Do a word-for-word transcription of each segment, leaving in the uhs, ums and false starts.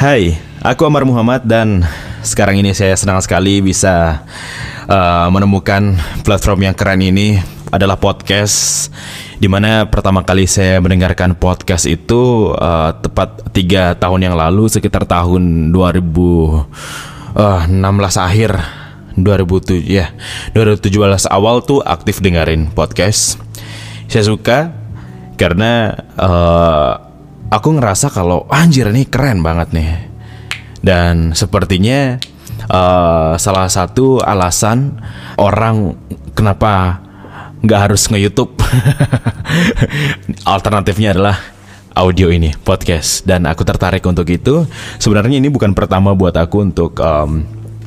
Hai, aku Amar Muhammad dan sekarang ini saya senang sekali bisa uh, menemukan platform yang keren ini adalah podcast. Dimana pertama kali saya mendengarkan podcast itu uh, tepat tiga tahun yang lalu, sekitar tahun dua ribu enam belas akhir, dua ribu tujuh ya, dua ribu tujuh belas awal tuh aktif dengerin podcast. Saya suka karena uh, aku ngerasa kalau anjir ini keren banget nih. Dan sepertinya uh, salah satu alasan orang kenapa nggak harus nge-YouTube alternatifnya adalah audio ini, podcast. Dan aku tertarik untuk itu. Sebenarnya ini bukan pertama buat aku untuk um,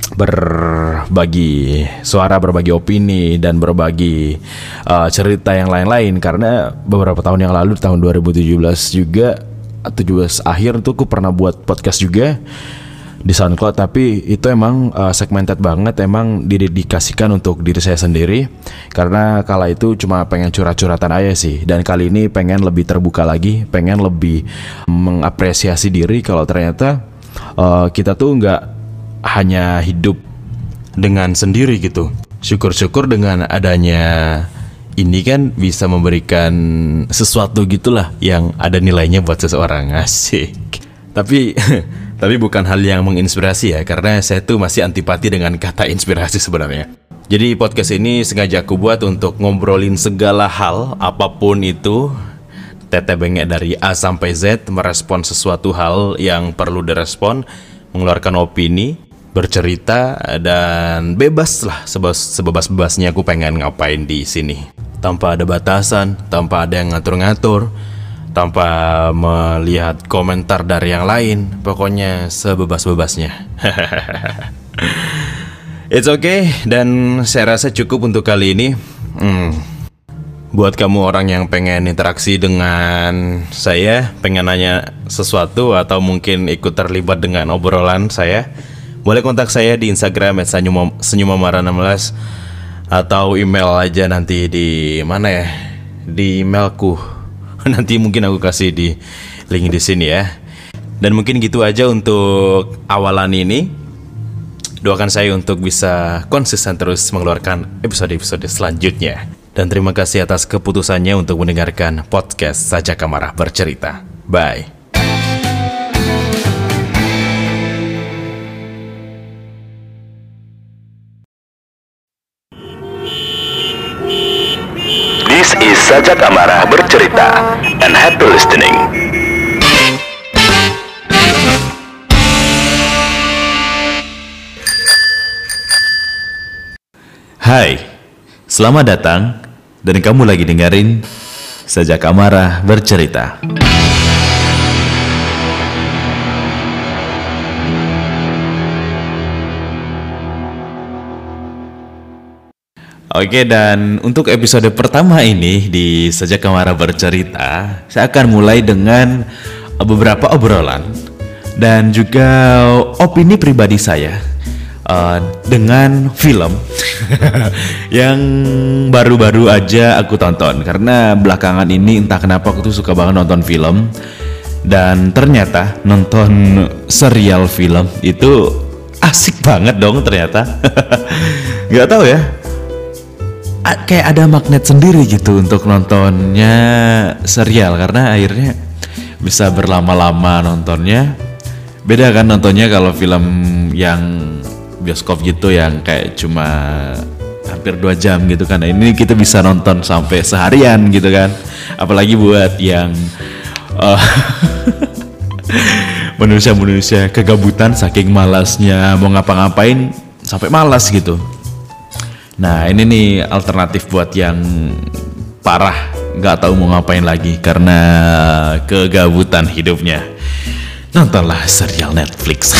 berbagi suara, berbagi opini, dan berbagi uh, cerita yang lain-lain. Karena beberapa tahun yang lalu, tahun dua ribu tujuh belas juga, tujuh belas akhir tuh aku pernah buat podcast juga di SoundCloud. Tapi itu emang uh, segmented banget, emang didedikasikan untuk diri saya sendiri. Karena kala itu cuma pengen curhat-curhatan aja sih. Dan kali ini pengen lebih terbuka lagi, pengen lebih mengapresiasi diri kalau ternyata uh, kita tuh nggak hanya hidup dengan sendiri gitu. Syukur-syukur dengan adanya ini kan bisa memberikan sesuatu gitulah yang ada nilainya buat seseorang. Asik. Tapi tapi bukan hal yang menginspirasi ya, karena saya tuh masih antipati dengan kata inspirasi sebenarnya. Jadi podcast ini sengaja aku buat untuk ngobrolin segala hal, apapun itu. Tete bengek dari A sampai Z, merespon sesuatu hal yang perlu direspon, mengeluarkan opini, bercerita, dan bebas lah, sebebas-bebasnya aku pengen ngapain di sini. Tanpa ada batasan, tanpa ada yang ngatur-ngatur, tanpa melihat komentar dari yang lain. Pokoknya sebebas-bebasnya. It's okay. Dan saya rasa cukup untuk kali ini. hmm. Buat kamu orang yang pengen interaksi dengan saya, pengen nanya sesuatu, atau mungkin ikut terlibat dengan obrolan saya, boleh kontak saya di Instagram at senyumamara enam belas, atau email aja nanti di mana ya, di emailku. Nanti mungkin aku kasih di link di sini ya. Dan mungkin gitu aja untuk awalan ini. Doakan saya untuk bisa konsisten terus mengeluarkan episode-episode selanjutnya. Dan terima kasih atas keputusannya untuk mendengarkan podcast Sajak Amarah Bercerita. Bye. This is Sajak Amarah Bercerita, and happy listening. Hai, selamat datang, dan kamu lagi dengerin Sajak Amarah Bercerita. Oke, dan untuk episode pertama ini di Sajak Amarah Bercerita, saya akan mulai dengan beberapa obrolan dan juga opini pribadi saya uh, dengan film yang baru-baru aja aku tonton. Karena belakangan ini entah kenapa aku tuh suka banget nonton film, dan ternyata nonton serial film itu asik banget dong ternyata. Gak tahu ya, kayak ada magnet sendiri gitu untuk nontonnya serial, karena akhirnya bisa berlama-lama nontonnya. Beda kan nontonnya kalau film yang bioskop gitu yang kayak cuma hampir dua jam gitu kan. Nah, ini kita bisa nonton sampai seharian gitu kan. Apalagi buat yang uh, manusia-manusia kegabutan, saking malasnya mau ngapa-ngapain sampai malas gitu. Nah, ini nih alternatif buat yang parah, gak tahu mau ngapain lagi karena kegabutan hidupnya. Nontonlah serial Netflix.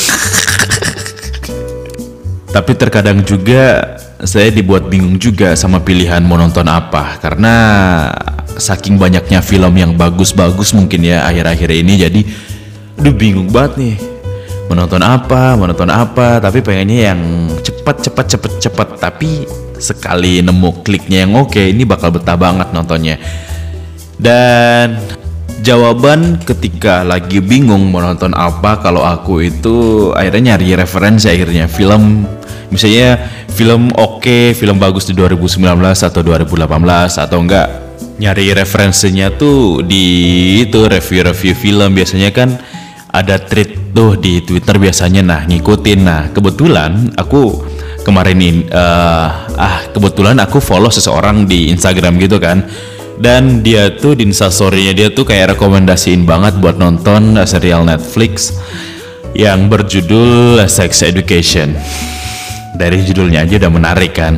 Tapi terkadang juga saya dibuat bingung juga sama pilihan mau nonton apa. Karena saking banyaknya film yang bagus-bagus mungkin ya akhir-akhir ini, jadi aduh bingung banget nih. Menonton apa, menonton apa, tapi pengennya yang cepat, cepat, cepat, cepat. Tapi sekali nemu kliknya yang oke, ini bakal betah banget nontonnya. Dan jawaban ketika lagi bingung mau nonton apa, kalau aku itu akhirnya nyari referensi akhirnya film, misalnya film oke, film bagus di dua ribu sembilan belas atau dua ribu delapan belas, atau enggak nyari referensinya tuh di itu review-review film. Biasanya kan ada thread tuh di Twitter biasanya, nah ngikutin. Nah kebetulan aku kemarin ini uh, ah kebetulan aku follow seseorang di Instagram gitu kan, dan dia tuh di instastory-nya dia tuh kayak rekomendasiin banget buat nonton serial Netflix yang berjudul Sex Education. Dari judulnya aja udah menarik kan.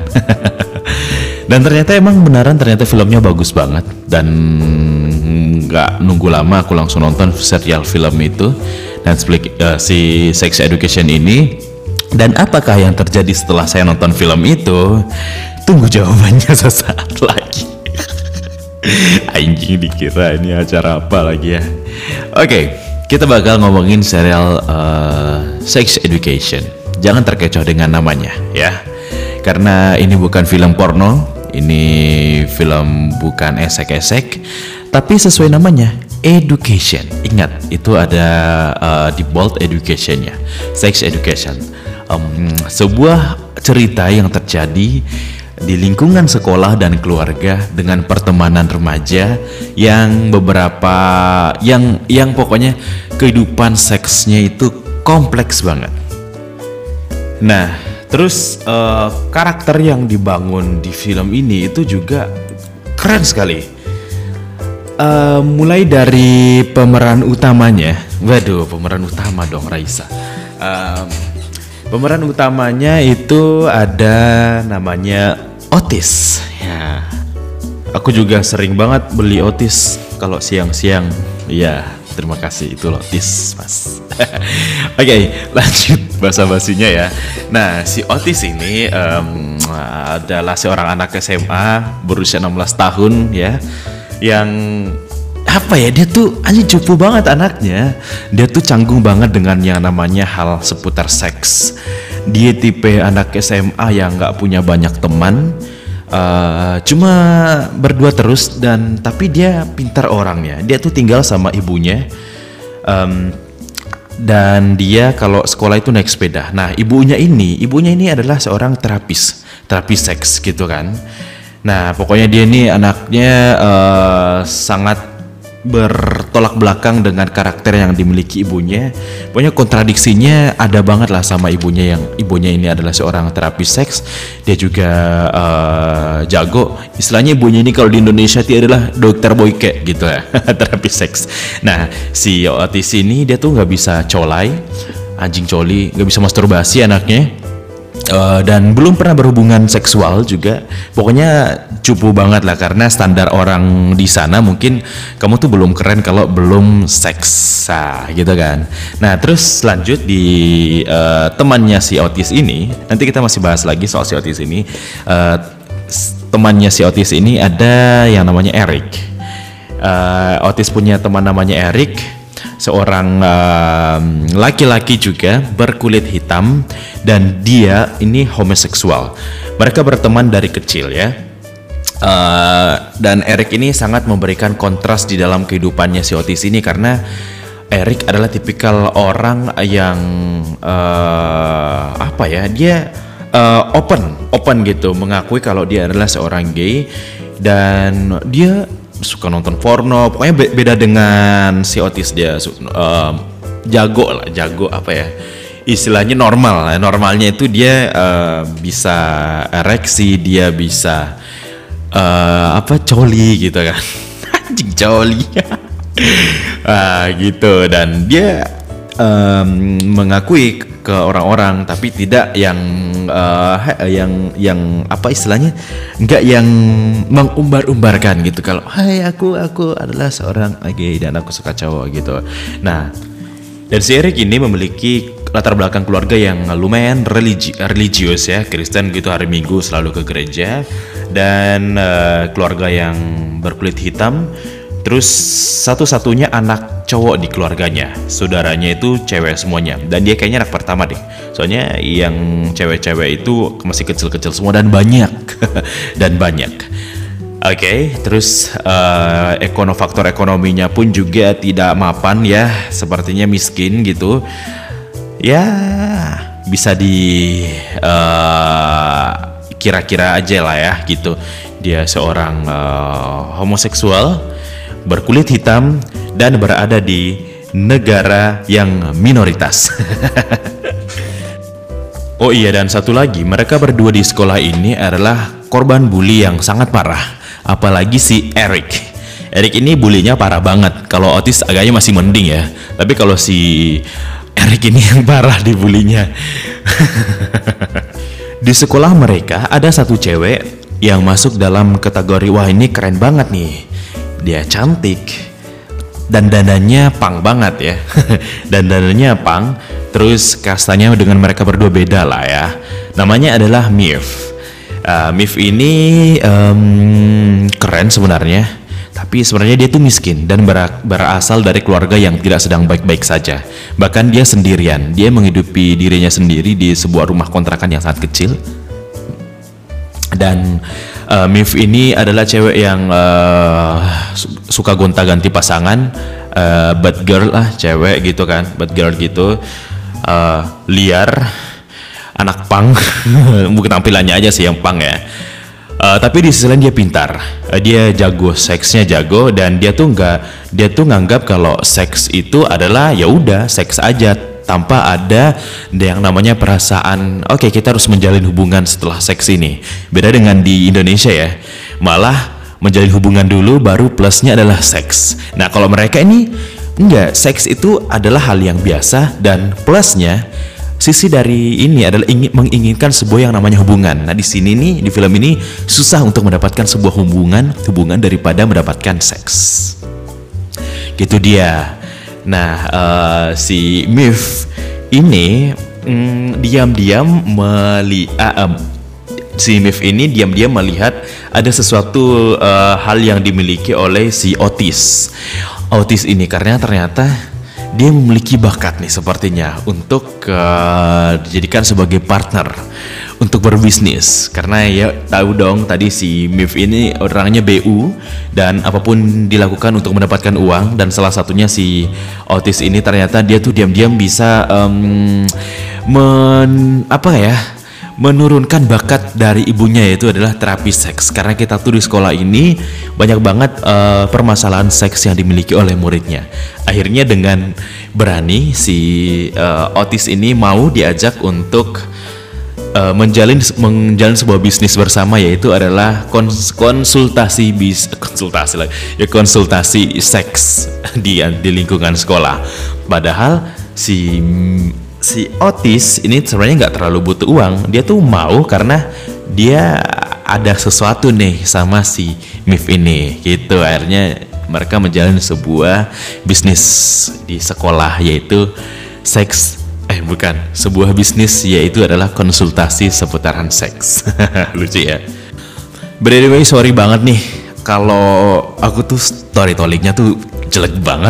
Dan ternyata emang beneran ternyata filmnya bagus banget, dan nggak nunggu lama aku langsung nonton serial film itu Netflix uh, si Sex Education ini. Dan apakah yang terjadi setelah saya nonton film itu? Tunggu jawabannya sesaat lagi. Anjing, dikira ini acara apa lagi ya. Oke, okay, kita bakal ngomongin serial uh, Sex Education. Jangan terkecoh dengan namanya ya, karena ini bukan film porno, ini film bukan esek-esek, tapi sesuai namanya, education. Ingat, itu ada uh, di bold education-nya, Sex Education. Um, sebuah cerita yang terjadi di lingkungan sekolah dan keluarga dengan pertemanan remaja yang beberapa yang yang pokoknya kehidupan seksnya itu kompleks banget. Nah, terus uh, karakter yang dibangun di film ini itu juga keren sekali. Uh, mulai dari pemeran utamanya, waduh pemeran utama dong Raisa. Uh, pemeran utamanya itu ada namanya Otis. Ya, aku juga sering banget beli Otis kalau siang-siang. Ya, terima kasih, itu Otis mas. Oke, okay, lanjut basa-basinya ya. Nah, si Otis ini um, adalah seorang anak S M A berusia enam belas tahun ya, yang apa ya, dia tuh anjing cupu banget anaknya. Dia tuh canggung banget dengan yang namanya hal seputar seks. Dia tipe anak S M A yang nggak punya banyak teman, uh, cuma berdua terus, dan tapi dia pintar orangnya. Dia tuh tinggal sama ibunya. Um, Dan dia kalau sekolah itu naik sepeda. Nah ibunya ini, ibunya ini adalah seorang terapis, terapis seks gitu kan. Nah pokoknya dia ini anaknya uh, sangat bertolak belakang dengan karakter yang dimiliki ibunya. Pokoknya kontradiksinya ada banget lah sama ibunya, yang ibunya ini adalah seorang terapis seks. Dia juga uh, jago. Istilahnya ibunya ini kalau di Indonesia dia adalah dokter boyke gitu ya, terapis seks. Nah si Otis ini dia tuh nggak bisa colai, anjing coli, nggak bisa masturbasi anaknya. Uh, dan belum pernah berhubungan seksual juga. Pokoknya cupu banget lah, karena standar orang di sana mungkin kamu tuh belum keren kalau belum seks, nah, gitu kan. Nah terus lanjut di uh, temannya si Otis ini, nanti kita masih bahas lagi soal si Otis ini. Uh, temannya si Otis ini ada yang namanya Eric. Uh, Otis punya teman namanya Eric, seorang uh, laki-laki juga berkulit hitam, dan dia ini homoseksual. Mereka berteman dari kecil ya. Uh, dan Eric ini sangat memberikan kontras di dalam kehidupannya si Otis ini, karena Eric adalah tipikal orang yang uh, apa ya, dia uh, open, open gitu, mengakui kalau dia adalah seorang gay, dan dia suka nonton porno. Pokoknya be- beda dengan si Otis, dia uh, jago lah, jago apa ya, istilahnya normal. Normalnya itu dia uh, bisa ereksi, dia bisa uh, apa coli gitu kan. Anjing coli. ah, gitu. Dan dia um, mengakui ke orang-orang, tapi tidak yang uh, yang yang apa istilahnya, nggak yang mengumbar-umbarkan gitu. Kalau hai aku aku adalah seorang gay dan aku suka cowok gitu. Nah, dan si Eric ini memiliki latar belakang keluarga yang lumayan religi- religius ya, Kristen gitu, hari Minggu selalu ke gereja, dan uh, keluarga yang berkulit hitam. Terus satu-satunya anak cowok di keluarganya, saudaranya itu cewek semuanya, dan dia kayaknya anak pertama deh. Soalnya yang cewek-cewek itu masih kecil-kecil semua dan banyak, dan banyak. Oke, terus uh, ekono faktor ekonominya pun juga tidak mapan ya, sepertinya miskin gitu. Ya, bisa di uh, kira-kira aja lah ya gitu. Dia seorang uh, homoseksual, berkulit hitam dan berada di negara yang minoritas. Oh iya, dan satu lagi, mereka berdua di sekolah ini adalah korban bully yang sangat parah. Apalagi si Eric. Eric ini bulinya parah banget. Kalau Otis agaknya masih mending ya. Tapi kalau si Eric ini yang parah dibulinya. Di sekolah mereka ada satu cewek yang masuk dalam kategori wah ini keren banget nih. Dia cantik dan dandannya pang banget ya. Dan dandannya pang. Terus kastanya dengan mereka berdua beda lah ya. Namanya adalah Mif. Uh, Mif ini um, keren sebenarnya, tapi sebenarnya dia tuh miskin dan ber- berasal dari keluarga yang tidak sedang baik-baik saja. Bahkan dia sendirian, dia menghidupi dirinya sendiri di sebuah rumah kontrakan yang sangat kecil. Dan uh, Mif ini adalah cewek yang uh, suka gonta-ganti pasangan, uh, bad girl lah, cewek gitu kan, bad girl gitu, uh, liar. Anak pang, bukan tampilannya aja sih yang pang ya. Uh, tapi di sisi lain dia pintar, uh, dia jago, seksnya jago, dan dia tuh nggak, dia tuh nganggap kalau seks itu adalah ya udah seks aja tanpa ada yang namanya perasaan. Oke, okay, kita harus menjalin hubungan setelah seks ini. Beda dengan di Indonesia ya, malah menjalin hubungan dulu baru plusnya adalah seks. Nah kalau mereka ini enggak, seks itu adalah hal yang biasa dan plusnya. Sisi dari ini adalah ingin menginginkan sebuah yang namanya hubungan. Nah di sini nih di film ini susah untuk mendapatkan sebuah hubungan hubungan daripada mendapatkan seks. Gitu dia. Nah uh, si Mif ini mm, diam-diam melihat um, si Mif ini diam-diam melihat ada sesuatu uh, hal yang dimiliki oleh si Otis. Otis ini karena ternyata dia memiliki bakat nih sepertinya untuk uh, dijadikan sebagai partner untuk berbisnis. Karena ya tahu dong tadi si Mif ini orangnya B U dan apapun dilakukan untuk mendapatkan uang, dan salah satunya si Otis ini ternyata dia tuh diam-diam bisa um, men apa ya menurunkan bakat dari ibunya, yaitu adalah terapi seks. Karena kita tuh di sekolah ini banyak banget uh, permasalahan seks yang dimiliki oleh muridnya. Akhirnya dengan berani si uh, Otis ini mau diajak untuk uh, menjalin menjalin sebuah bisnis bersama, yaitu adalah kons- konsultasi bis konsultasi lah ya konsultasi seks di di lingkungan sekolah. Padahal si si Otis ini sebenarnya nggak terlalu butuh uang. Dia tuh mau karena dia ada sesuatu nih sama si Mif ini gitu. Akhirnya mereka menjalin sebuah bisnis di sekolah, yaitu seks eh bukan sebuah bisnis yaitu adalah konsultasi seputaran seks. Lucu ya. By the way, sorry banget nih kalau aku tuh storytellingnya tuh jelek banget.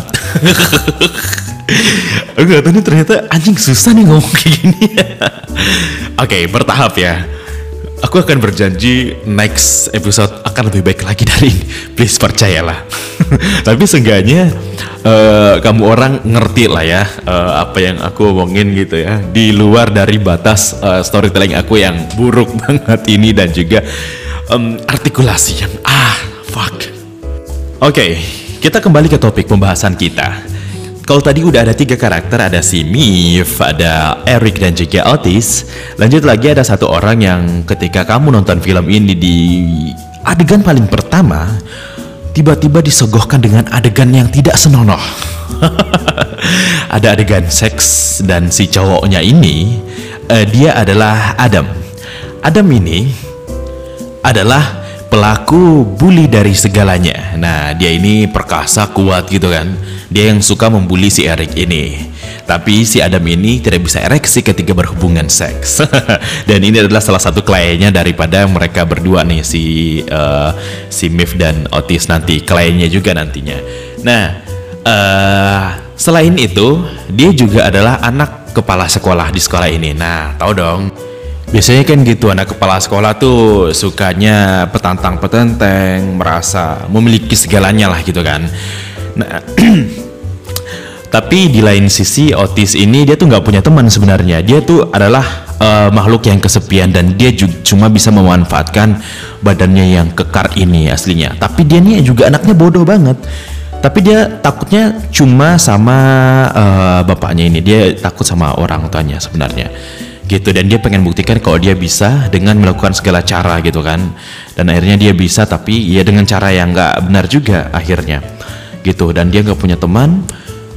Aku gak tahu nih, ternyata anjing susah nih ngomong kayak gini. Oke, okay, bertahap ya. Aku akan berjanji next episode akan lebih baik lagi dari ini. Please percayalah. Tapi seenggaknya uh, kamu orang ngerti lah ya uh, apa yang aku omongin gitu ya. Di luar dari batas uh, storytelling aku yang buruk banget ini, dan juga um, artikulasi yang ah fuck. Oke, okay, kita kembali ke topik pembahasan kita. Kalau tadi udah ada tiga karakter, ada si Mif, ada Eric, dan juga Otis. Lanjut lagi ada satu orang yang ketika kamu nonton film ini di adegan paling pertama, tiba-tiba disogohkan dengan adegan yang tidak senonoh. Ada adegan seks dan si cowoknya ini, uh, dia adalah Adam. Adam ini adalah pelaku bully dari segalanya. Nah, dia ini perkasa, kuat gitu kan. Dia yang suka membuli si Eric ini. Tapi si Adam ini tidak bisa ereksi ketika berhubungan seks. Dan ini adalah salah satu kliennya daripada mereka berdua nih, si uh, si Mif dan Otis nanti, kliennya juga nantinya. Nah, uh, selain itu, dia juga adalah anak kepala sekolah di sekolah ini. Nah, tahu dong, Biasanya kan gitu, anak kepala sekolah tuh sukanya petantang-petenteng, merasa memiliki segalanya lah gitu kan. Nah, tapi di lain sisi Otis ini dia tuh nggak punya teman sebenarnya. Dia tuh adalah uh, makhluk yang kesepian dan dia ju- cuma bisa memanfaatkan badannya yang kekar ini aslinya. Tapi dia nih juga anaknya bodoh banget. Tapi dia takutnya cuma sama uh, bapaknya ini. Dia takut sama orang tuanya sebenarnya. Gitu, dan dia pengen buktikan kalau dia bisa dengan melakukan segala cara gitu kan. Dan akhirnya dia bisa, tapi ya dengan cara yang nggak benar juga akhirnya. Gitu, dan dia nggak punya teman.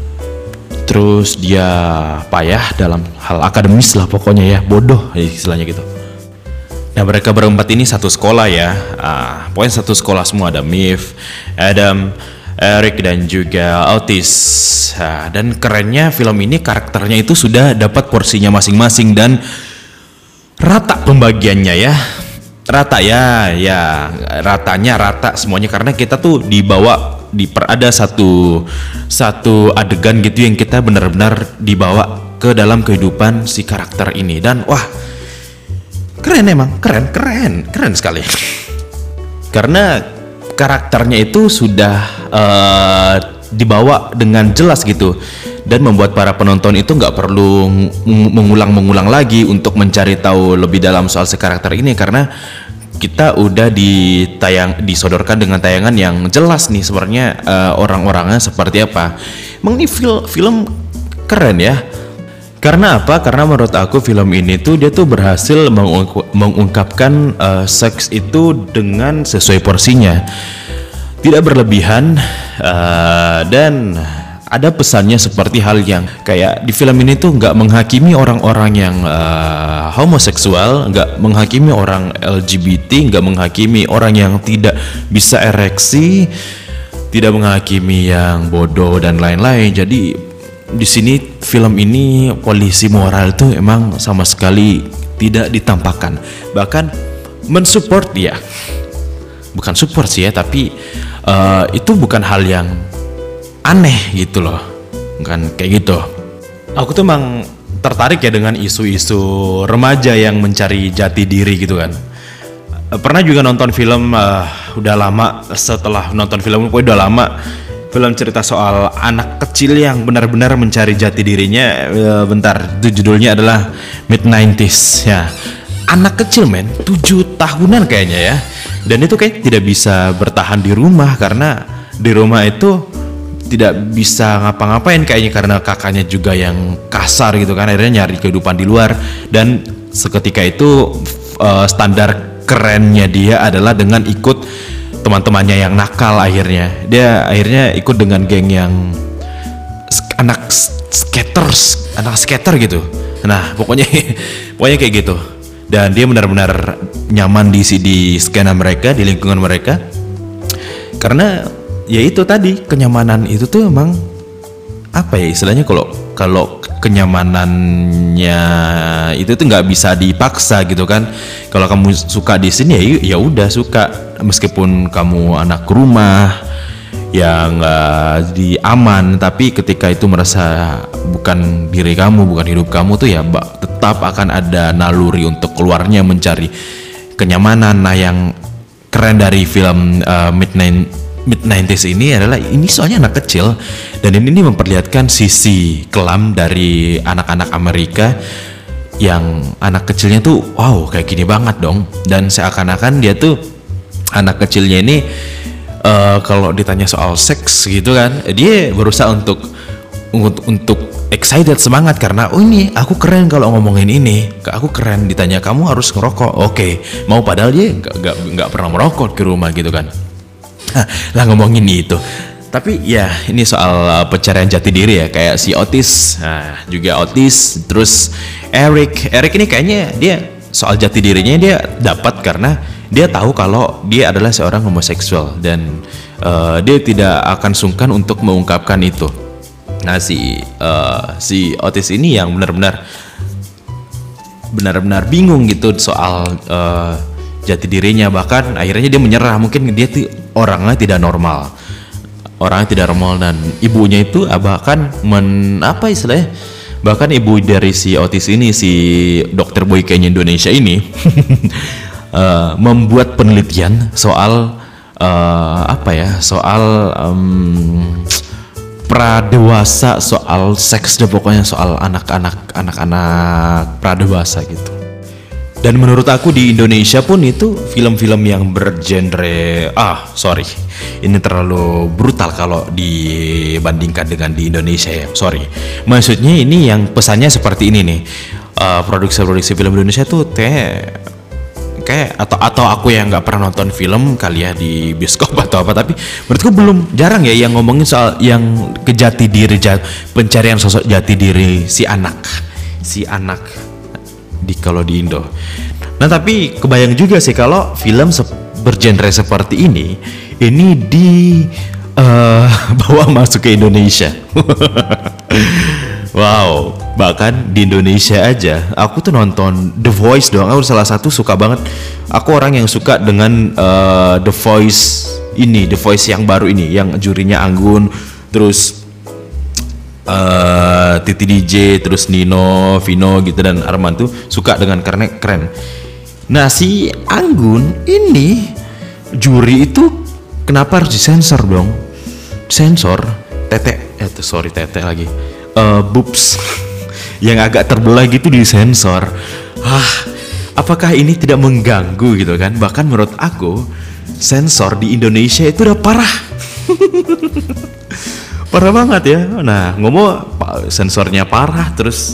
Terus dia payah dalam hal akademis lah pokoknya ya, bodoh istilahnya gitu. Nah mereka berempat ini satu sekolah ya, ah, pokoknya satu sekolah semua, ada Miv, Adam, Eric dan juga Otis. Nah, dan kerennya film ini karakternya itu sudah dapat porsinya masing-masing dan rata pembagiannya ya. Rata ya, ya ratanya rata semuanya karena kita tuh dibawa di per ada satu satu adegan gitu yang kita benar-benar dibawa ke dalam kehidupan si karakter ini dan wah keren emang keren keren keren sekali karena karakternya itu sudah uh, dibawa dengan jelas gitu dan membuat para penonton itu nggak perlu mengulang-mengulang lagi untuk mencari tahu lebih dalam soal si karakter ini karena kita udah ditayang disodorkan dengan tayangan yang jelas nih sebenarnya uh, orang-orangnya seperti apa. Emang ini film, film keren ya. Karena apa? Karena menurut aku film ini tuh dia tuh berhasil mengungk- mengungkapkan uh, seks itu dengan sesuai porsinya. Tidak berlebihan uh, dan ada pesannya seperti hal yang kayak di film ini tuh nggak menghakimi orang-orang yang uh, homoseksual, nggak menghakimi orang L G B T, nggak menghakimi orang yang tidak bisa ereksi, tidak menghakimi yang bodoh dan lain-lain. Jadi di sini film ini polisi moral itu emang sama sekali tidak ditampakkan, bahkan mensupport dia. Bukan support sih ya, tapi uh, itu bukan hal yang aneh gitu loh, kan kayak gitu. Aku tuh emang tertarik ya dengan isu-isu remaja yang mencari jati diri gitu kan. Pernah juga nonton film uh, udah lama, setelah nonton film pokoknya udah lama, film cerita soal anak kecil yang benar-benar mencari jati dirinya. Uh, bentar, itu judulnya adalah mid nineties ya. Anak kecil men, tujuh tahunan kayaknya ya. Dan itu kayak tidak bisa bertahan di rumah karena di rumah itu tidak bisa ngapa-ngapain kayaknya karena kakaknya juga yang kasar gitu kan, akhirnya nyari kehidupan di luar dan seketika itu uh, standar kerennya dia adalah dengan ikut teman-temannya yang nakal. Akhirnya dia akhirnya ikut dengan geng yang anak skaters, anak skater gitu. Nah pokoknya pokoknya kayak gitu dan dia benar-benar nyaman di di skena mereka, di lingkungan mereka karena ya itu tadi kenyamanan itu tuh emang apa ya istilahnya, kalau kalau kenyamanannya itu tuh nggak bisa dipaksa gitu kan. Kalau kamu suka di sini ya ya udah suka, meskipun kamu anak rumah yang nggak di aman, tapi ketika itu merasa bukan diri kamu, bukan hidup kamu tuh ya tetap akan ada naluri untuk keluarnya mencari kenyamanan. Nah yang keren dari film uh, Midnight mid nineties ini adalah ini soalnya anak kecil dan ini, ini memperlihatkan sisi kelam dari anak-anak Amerika yang anak kecilnya tuh wow kayak gini banget dong, dan seakan-akan dia tuh anak kecilnya ini uh, kalau ditanya soal seks gitu kan dia berusaha untuk untuk, untuk excited, semangat karena oh ini aku keren kalau ngomongin ini, aku keren. Ditanya kamu harus ngerokok, oke okay. Mau padahal dia nggak nggak pernah merokok di rumah gitu kan. Lah ngomongin itu, tapi ya ini soal uh, pencarian jati diri ya, kayak si Otis, nah juga Otis, terus Eric, Eric ini kayaknya dia soal jati dirinya dia dapat karena dia tahu kalau dia adalah seorang homoseksual dan uh, dia tidak akan sungkan untuk mengungkapkan itu. Nah si uh, si Otis ini yang benar-benar benar-benar bingung gitu soal uh, jati dirinya, bahkan akhirnya dia menyerah. Mungkin dia tuh orangnya tidak normal, orangnya tidak normal dan ibunya itu bahkan men apa istilahnya Bahkan ibu dari si Otis ini, si dokter Boykanya Indonesia ini uh, membuat penelitian soal uh, apa ya, soal um, pradewasa, soal seks deh pokoknya, soal anak-anak anak-anak pradewasa gitu. Dan menurut aku di Indonesia pun itu film-film yang bergenre ah sorry ini terlalu brutal kalau dibandingkan dengan di Indonesia ya, sorry. Maksudnya ini yang pesannya seperti ini nih, uh, produksi-produksi film Indonesia tuh teh kayak atau atau aku yang nggak pernah nonton film kali ya di bioskop atau apa, tapi menurutku belum, jarang ya yang ngomongin soal yang kejati diri, pencarian sosok jati diri si anak si anak di kalau di Indo. Nah tapi kebayang juga sih kalau film se- bergenre seperti ini ini di uh, bawa masuk ke Indonesia. Wow, bahkan di Indonesia aja aku tuh nonton The Voice doang, aku salah satu suka banget. Aku orang yang suka dengan uh, The Voice ini, The Voice yang baru ini, yang jurinya Anggun, terus Uh, Titi D J, terus Nino, Vino gitu dan Arman tuh suka dengan karena keren. Nah si Anggun ini juri itu kenapa harus disensor dong? Sensor tete, eh sorry tete lagi, uh, boobs yang agak terbelah gitu disensor. Ah, apakah ini tidak mengganggu gitu kan? Bahkan menurut aku sensor di Indonesia itu udah parah. Parah banget ya. Nah ngomong sensornya parah, terus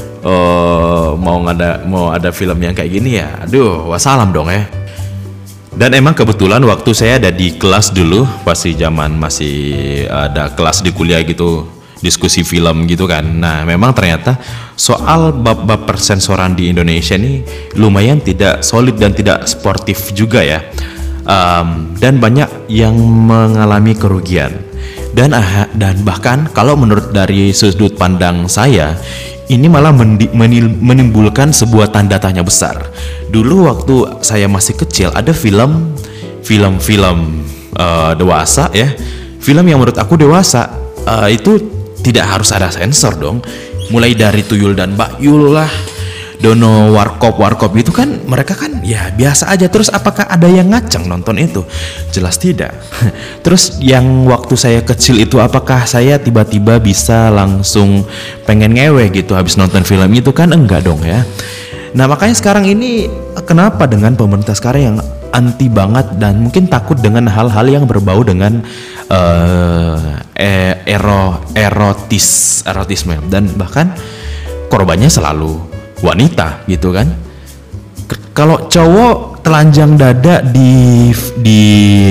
uh, mau ada mau ada film yang kayak gini ya, aduh wassalam dong ya. Dan emang kebetulan waktu saya ada di kelas dulu, pasti zaman masih ada kelas di kuliah gitu, diskusi film gitu kan. Nah memang ternyata soal bab-bab persensoran di Indonesia ini lumayan tidak solid dan tidak sportif juga ya. Um, dan banyak yang mengalami kerugian. Dan ah, dan bahkan kalau menurut dari sudut pandang saya, ini malah mendi, menil, menimbulkan sebuah tanda tanya besar. Dulu waktu saya masih kecil ada film film-film uh, dewasa ya, film yang menurut aku dewasa uh, itu tidak harus ada sensor dong. Mulai dari Tuyul dan Bakyul lah, Dono Warkop Warkop itu kan mereka kan ya biasa aja. Terus apakah ada yang ngaceng nonton itu? Jelas tidak. Terus yang waktu saya kecil itu apakah saya tiba-tiba bisa langsung pengen ngewe gitu habis nonton film itu? Kan enggak dong ya. Nah makanya sekarang ini kenapa dengan pemerintah sekarang yang anti banget dan mungkin takut dengan hal-hal yang berbau dengan uh, ero erotis erotisme, dan bahkan korbannya selalu wanita gitu kan. K- kalau cowok telanjang dada di di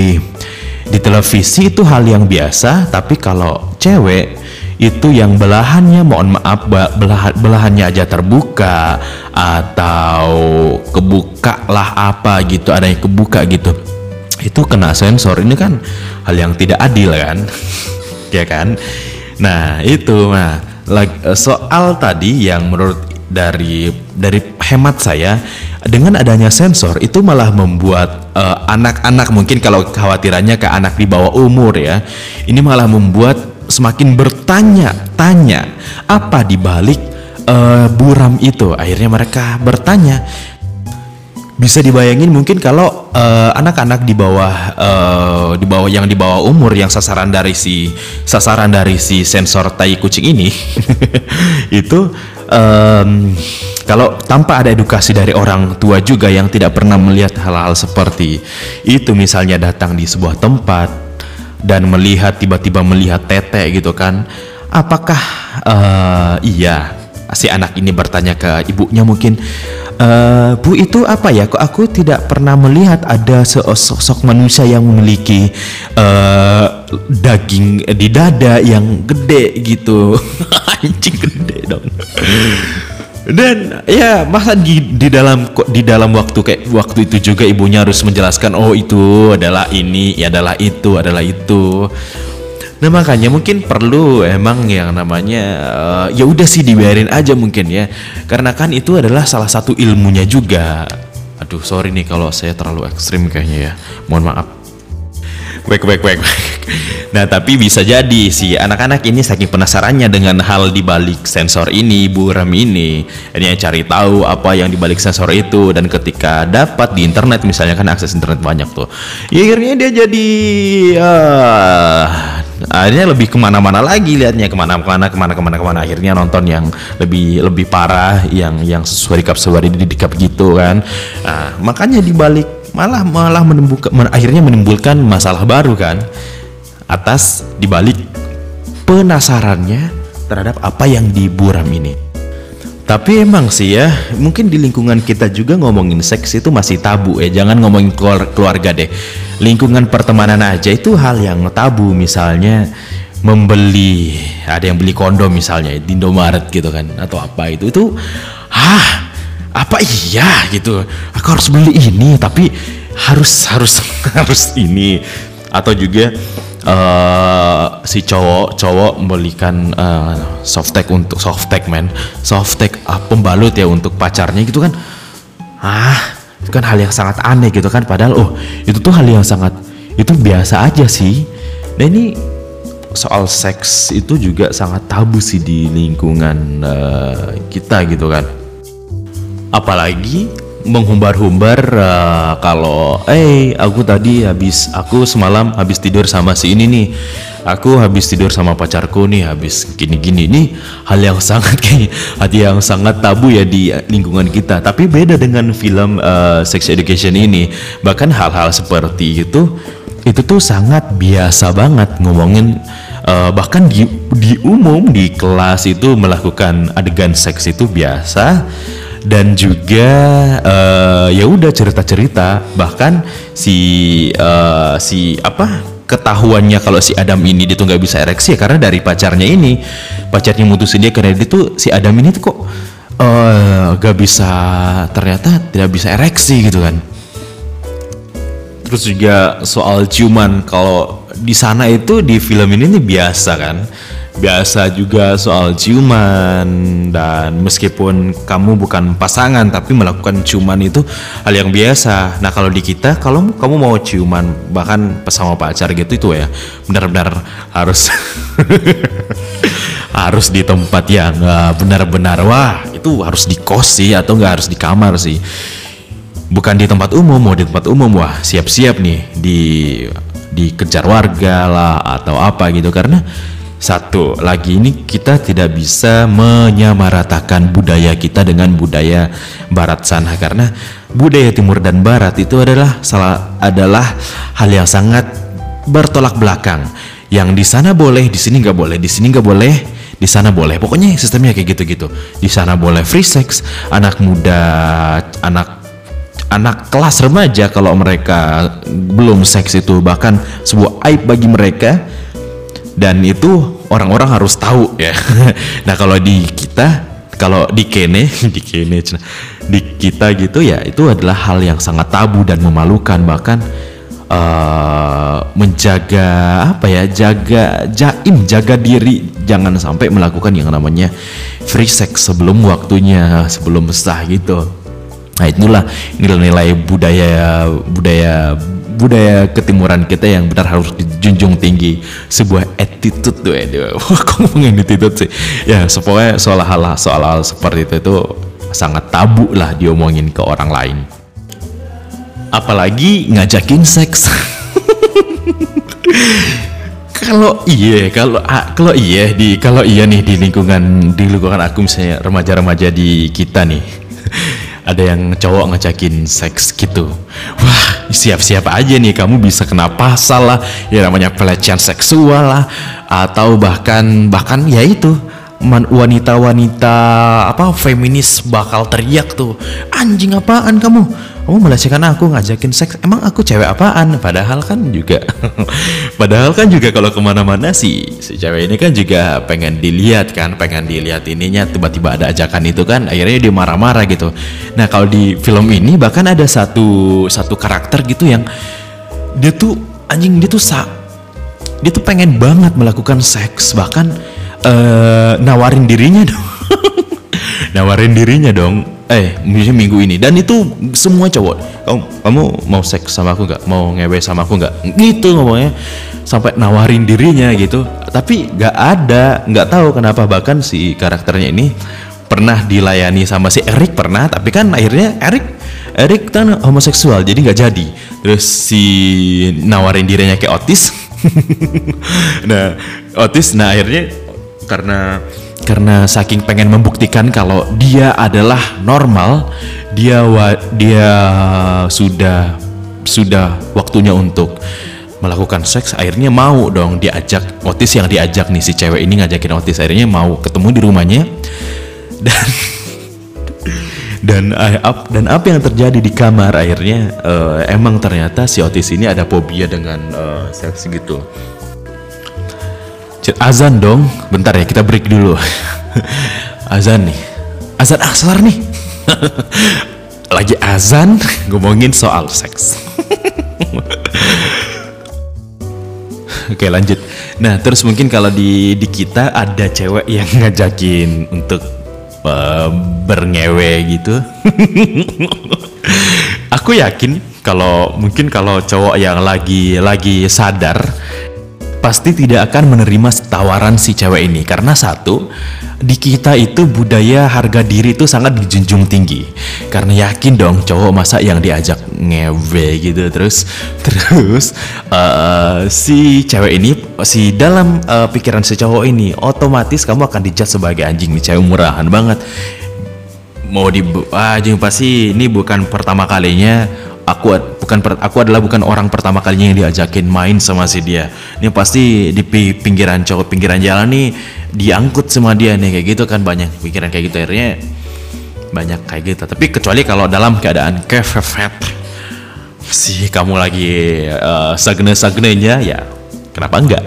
di televisi itu hal yang biasa, tapi kalau cewek itu yang belahannya mohon maaf belah, belahannya aja terbuka atau kebuka lah apa gitu, ada yang kebuka gitu, itu kena sensor. Ini kan hal yang tidak adil kan. Ya kan. Nah itu nah soal tadi yang menurut dari dari hemat saya, dengan adanya sensor itu malah membuat uh, anak-anak, mungkin kalau khawatirannya ke anak di bawah umur ya, ini malah membuat semakin bertanya-tanya apa dibalik uh, buram itu. Akhirnya mereka bertanya. Bisa dibayangin mungkin kalau uh, anak-anak di bawah uh, di bawah yang di bawah umur yang sasaran dari si sasaran dari si sensor tai kucing ini itu um, kalau tanpa ada edukasi dari orang tua juga yang tidak pernah melihat hal-hal seperti itu, misalnya datang di sebuah tempat dan melihat tiba-tiba melihat tete gitu kan, apakah uh, iya si anak ini bertanya ke ibunya mungkin, Uh, Bu itu apa ya, kok aku tidak pernah melihat ada sosok manusia yang memiliki uh, daging di dada yang gede gitu. Anjing gede dong. Dan ya masa di, di dalam di dalam waktu kayak waktu itu juga ibunya harus menjelaskan, oh itu adalah ini, ya adalah itu, adalah itu. Nah makanya mungkin perlu emang yang namanya uh, ya udah sih dibiarin aja mungkin ya, karena kan itu adalah salah satu ilmunya juga. Aduh sorry nih kalau saya terlalu ekstrim kayaknya ya, mohon maaf. Baik baik baik baik. Nah, tapi bisa jadi si anak-anak ini saking penasarannya dengan hal di balik sensor ini, buram ini, ini cari tahu apa yang di balik sensor itu, dan ketika dapat di internet, misalnya kan akses internet banyak tuh, ya akhirnya dia jadi uh, akhirnya lebih kemana-mana lagi liatnya, kemana-mana, kemana-kemana, kemana, akhirnya nonton yang lebih lebih parah, yang yang sesuai dikap sesuai didikap gitu kan. Nah, makanya di balik malah malah menimbulkan akhirnya menimbulkan masalah baru kan, atas dibalik penasarannya terhadap apa yang diburam ini. Tapi emang sih ya, mungkin di lingkungan kita juga ngomongin seks itu masih tabu ya. Jangan ngomongin keluarga deh, lingkungan pertemanan aja itu hal yang tabu. Misalnya membeli, ada yang beli kondom misalnya di Indomaret gitu kan, atau apa itu itu hah apa iya gitu, aku harus beli ini tapi harus harus harus ini. Atau juga Uh, si cowok cowok membelikan uh, softtek untuk softtek men softtek uh, pembalut ya untuk pacarnya gitu kan. Ah, itu kan hal yang sangat aneh gitu kan, padahal oh itu tuh hal yang sangat itu biasa aja sih. Nah, ini soal seks itu juga sangat tabu sih di lingkungan uh, kita gitu kan. Apalagi menghumbar-humbar uh, kalau eh aku tadi habis aku semalam habis tidur sama si ini nih, aku habis tidur sama pacarku nih, habis gini-gini. Ini hal yang sangat kayak hal yang sangat tabu ya di lingkungan kita. Tapi beda dengan film uh, Sex Education ini, bahkan hal-hal seperti itu itu tuh sangat biasa banget ngomongin. Uh, bahkan di, di umum di kelas itu melakukan adegan seks itu biasa. Dan juga uh, ya udah cerita-cerita, bahkan si uh, si apa ketahuannya kalau si Adam ini dia tuh nggak bisa ereksi ya karena dari pacarnya ini, pacarnya mutusin dia karena dia tuh si Adam ini tuh kok uh, gak bisa, ternyata tidak bisa ereksi gitu kan. Terus juga soal ciuman, kalau di sana itu di film ini nih biasa kan. Biasa juga soal ciuman, dan meskipun kamu bukan pasangan tapi melakukan ciuman itu hal yang biasa. Nah, kalau di kita kalau kamu mau ciuman bahkan sama pacar gitu itu ya benar-benar harus harus di tempat yang uh, benar-benar wah itu harus di kos sih, atau nggak harus di kamar sih, bukan di tempat umum. Mau di tempat umum wah siap-siap nih di dikejar warga lah atau apa gitu. Karena satu lagi ini kita tidak bisa menyamaratakan budaya kita dengan budaya barat sana, karena budaya timur dan barat itu adalah salah adalah hal yang sangat bertolak belakang. Yang di sana boleh, di sini nggak boleh, di sini nggak boleh, di sana boleh. Pokoknya sistemnya kayak gitu-gitu. Di sana boleh free sex, anak muda, anak anak kelas remaja kalau mereka belum seks itu bahkan sebuah aib bagi mereka. Dan itu orang-orang harus tahu ya. Nah, kalau di kita, kalau di kene, di kene, di kita gitu ya, itu adalah hal yang sangat tabu dan memalukan. Bahkan uh, menjaga apa ya, jaga jaim, jaga diri, jangan sampai melakukan yang namanya free sex sebelum waktunya, sebelum sah gitu. Nah, itulah nilai-nilai budaya budaya budaya ketimuran kita yang benar harus dijunjung tinggi, sebuah attitude tuh ya. Wah, kok ngomongin attitude sih? Ya, pokoknya soal hal soal hal seperti itu itu sangat tabu lah diomongin ke orang lain. Apalagi ngajakin seks. Kalau iya, kalau kalau iya di kalau iya nih di lingkungan di lingkungan aku misalnya remaja-remaja di kita nih. Ada yang cowok ngajakin seks gitu, wah siap-siap aja nih kamu bisa kena pasal lah, ya namanya pelecehan seksual lah, atau bahkan bahkan ya itu wanita-wanita apa feminis bakal teriak tuh, anjing apaan kamu, kamu melecehkan aku ngajakin seks, emang aku cewek apaan? Padahal kan juga padahal kan juga kalau kemana-mana si si cewek ini kan juga pengen dilihat kan, pengen dilihat ininya, tiba-tiba ada ajakan itu kan, akhirnya dia marah-marah gitu. Nah, kalau di film ini bahkan ada satu satu karakter gitu yang dia tuh anjing, dia tuh sa dia tuh pengen banget melakukan seks, bahkan uh, nawarin dirinya dong nawarin dirinya dong eh misalnya minggu ini, dan itu semua cowok, kamu kamu mau seks sama aku nggak, mau ngewe sama aku nggak, gitu ngomongnya, sampai nawarin dirinya gitu. Tapi nggak ada, nggak tahu kenapa, bahkan si karakternya ini pernah dilayani sama si Eric pernah, tapi kan akhirnya Eric Eric kan homoseksual jadi nggak jadi. Terus si nawarin dirinya kayak Otis. Nah Otis, nah akhirnya karena karena saking pengen membuktikan kalau dia adalah normal, dia wa, dia sudah sudah waktunya untuk melakukan seks, akhirnya mau dong diajak Otis, yang diajak nih si cewek ini ngajakin Otis, akhirnya mau ketemu di rumahnya. Dan dan up dan apa yang terjadi di kamar akhirnya uh, emang ternyata si Otis ini ada fobia dengan uh, seks gitu. Azan dong, bentar ya kita break dulu. Azan nih, azan asar nih. Lagi azan ngomongin soal seks. Oke lanjut. Nah terus mungkin kalau di di kita ada cewek yang ngajakin untuk uh, berngewe gitu. Aku yakin kalau mungkin kalau cowok yang lagi lagi sadar pasti tidak akan menerima tawaran si cewek ini, karena satu, di kita itu budaya harga diri itu sangat dijunjung tinggi, karena yakin dong cowok masa yang diajak ngewe gitu. Terus terus uh, si cewek ini, si dalam uh, pikiran si cowok ini otomatis kamu akan dijudge sebagai anjing nih, cewek murahan banget, mau di anjing, pasti ini bukan pertama kalinya aku bukan aku adalah bukan orang pertama kalinya yang diajakin main sama si dia. Ini pasti di pinggiran cowok pinggiran jalan nih diangkut sama dia nih, kayak gitu kan, banyak pikiran kayak gitu, akhirnya banyak kayak gitu. Tapi kecuali kalau dalam keadaan kefefet si kamu lagi uh, sagne-sagnenya, ya kenapa enggak?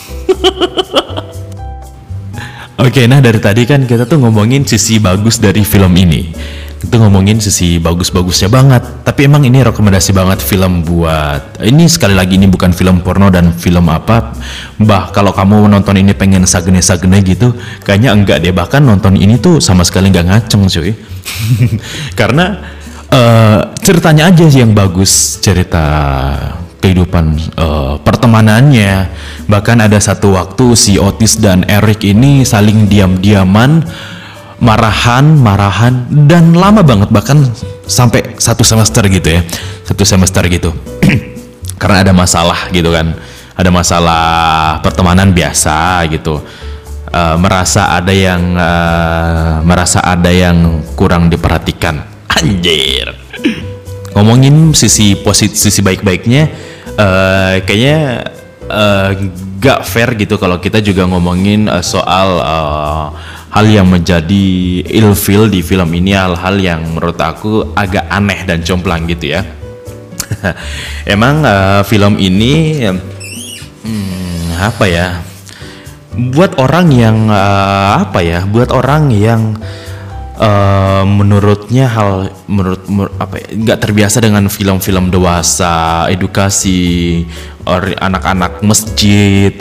Oke, nah dari tadi kan kita tuh ngomongin sisi bagus dari film ini. Itu ngomongin sisi bagus-bagusnya banget. Tapi emang ini rekomendasi banget film buat, ini sekali lagi ini bukan film porno dan film apa. Bah kalau kamu nonton ini pengen sagne-sagne gitu, kayaknya enggak deh. Bahkan nonton ini tuh sama sekali nggak ngaceng cuy. Karena uh, ceritanya aja yang bagus, cerita kehidupan uh, pertemanannya. Bahkan ada satu waktu si Otis dan Eric ini saling diam-diaman, marahan, marahan, dan lama banget, bahkan sampai satu semester gitu ya, satu semester gitu. Karena ada masalah gitu kan, ada masalah pertemanan biasa gitu. Uh, merasa ada yang uh, merasa ada yang kurang diperhatikan. Anjir. Ngomongin sisi positif, sisi baik-baiknya, uh, kayaknya uh, gak fair gitu kalau kita juga ngomongin uh, soal uh, hal yang menjadi ilfil di film ini, hal-hal yang menurut aku agak aneh dan jomplang gitu ya. Emang uh, film ini hmm, apa ya, buat orang yang uh, apa ya, buat orang yang uh, menurutnya hal menurut, menurut apa ya, nggak terbiasa dengan film-film dewasa, edukasi, or anak-anak masjid.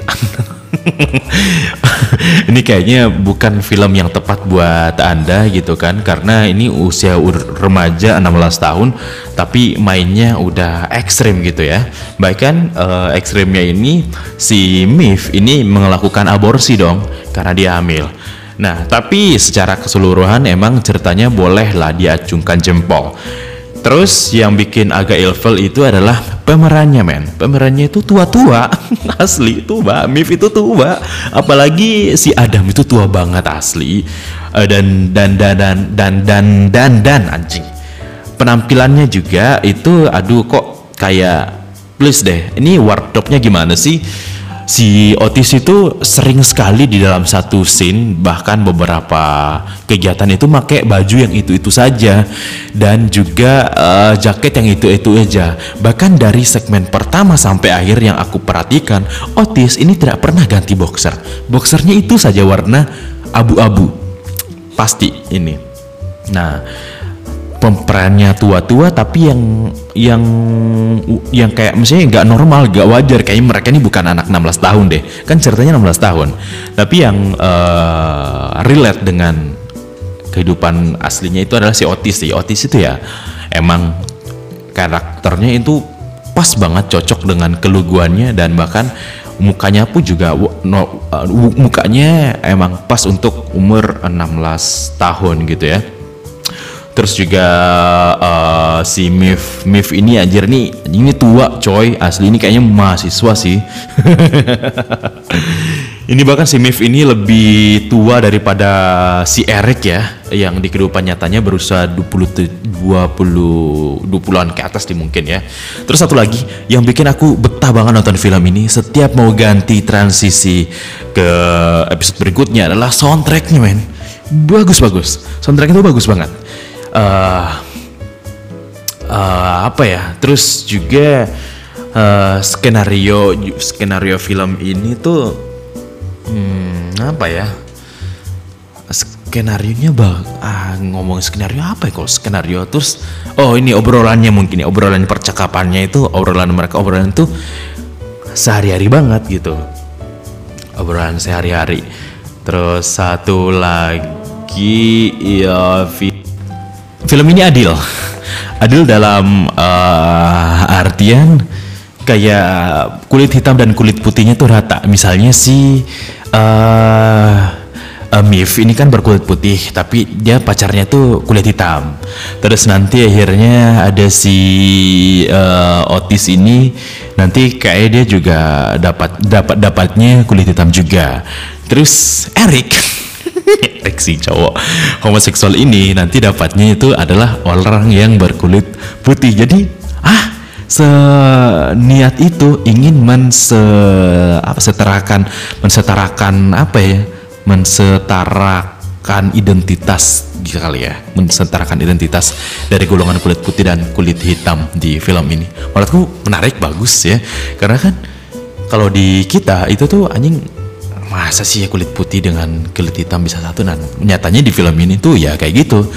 Ini kayaknya bukan film yang tepat buat Anda gitu kan, karena ini usia remaja enam belas tahun tapi mainnya udah ekstrim gitu ya. Bahkan uh, ekstrimnya ini si Mif ini melakukan aborsi dong karena dia hamil. Nah tapi secara keseluruhan emang ceritanya bolehlah diacungkan jempol. Terus yang bikin agak ilfil itu adalah pemerannya, men. Pemerannya itu tua-tua. Asli tua, Mif itu tua. Apalagi si Adam itu tua banget asli. Uh, dan dan dan dan dan dan dan dan anjing. Penampilannya juga itu aduh kok kayak, please deh. Ini wardrobe-nya gimana sih? Si Otis itu sering sekali di dalam satu scene, bahkan beberapa kegiatan itu pakai baju yang itu-itu saja, dan juga uh, jaket yang itu-itu aja. Bahkan dari segmen pertama sampai akhir yang aku perhatikan, Otis ini tidak pernah ganti boxer. Boxernya itu saja warna abu-abu. Pasti ini. Nah, pemerannya tua-tua tapi yang yang yang kayak misalnya nggak normal, nggak wajar, kayaknya mereka ini bukan anak enam belas tahun deh, kan ceritanya enam belas tahun, tapi yang uh, relate dengan kehidupan aslinya itu adalah si Otis sih. Otis itu ya emang karakternya itu pas banget, cocok dengan keluguannya, dan bahkan mukanya pun juga no, uh, mukanya emang pas untuk umur enam belas tahun gitu ya. Terus juga uh, si Mif Mif ini anjir nih, ini tua coy, asli ini kayaknya mahasiswa sih. Ini bahkan si Mif ini lebih tua daripada si Eric ya, yang di kehidupan nyatanya berusaha dua puluh dua puluh dua puluhan ke atas di mungkin ya. Terus satu lagi yang bikin aku betah banget nonton film ini, setiap mau ganti transisi ke episode berikutnya adalah soundtracknya men. Bagus-bagus, soundtracknya tuh bagus banget. Uh, uh, apa ya? Terus juga uh, skenario skenario film ini tuh hmm, apa ya? Skenarionya bang, ah ngomong skenario apa ya kalau skenario? Terus oh ini obrolannya mungkin ya, obrolan percakapannya itu, obrolan mereka obrolan tuh sehari-hari banget gitu, obrolan sehari-hari. Terus satu lagi ya fi- film ini adil, adil dalam uh, artian kayak kulit hitam dan kulit putihnya tuh rata. Misalnya si uh, Uh, Mif ini kan berkulit putih tapi dia pacarnya tuh kulit hitam. Terus nanti akhirnya ada si uh, Otis ini nanti kayak dia juga dapat dapat dapatnya kulit hitam juga. Terus Eric Eric si cowok homoseksual ini nanti dapatnya itu adalah orang yang berkulit putih. Jadi ah seniat itu ingin mense apa setarakan mensetarakan apa ya mensetarakan identitas gitu kali ya, mensetarakan identitas dari golongan kulit putih dan kulit hitam di film ini. Menurutku menarik, bagus ya, karena kan kalau di kita itu tuh anjing masa sih ya kulit putih dengan kulit hitam bisa satu, dan nyatanya di film ini tuh ya kayak gitu.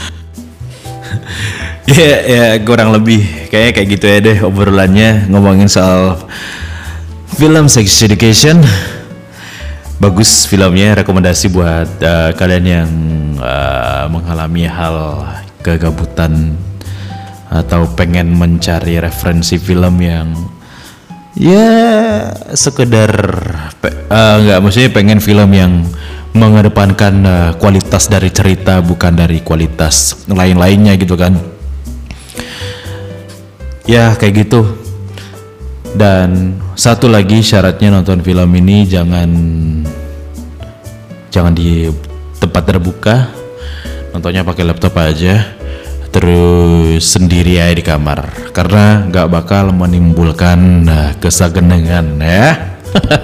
Ya ya kurang lebih kayak kayak gitu ya deh obrolannya ngomongin soal film Sex Education. Bagus filmnya, rekomendasi buat uh, kalian yang uh, mengalami hal kegabutan atau pengen mencari referensi film yang ya sekedar pe- uh, nggak maksudnya pengen film yang mengedepankan uh, kualitas dari cerita bukan dari kualitas lain-lainnya gitu kan. Ya kayak gitu. Dan satu lagi syaratnya nonton film ini jangan jangan di tempat terbuka, nontonnya pakai laptop aja, terus sendiri aja di kamar karena nggak bakal menimbulkan nah, kesagenengan ya.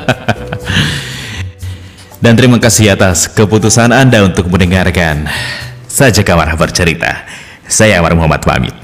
Dan terima kasih atas keputusan Anda untuk mendengarkan Sajak Amarah Bercerita. Saya Amar Muhammad pamit.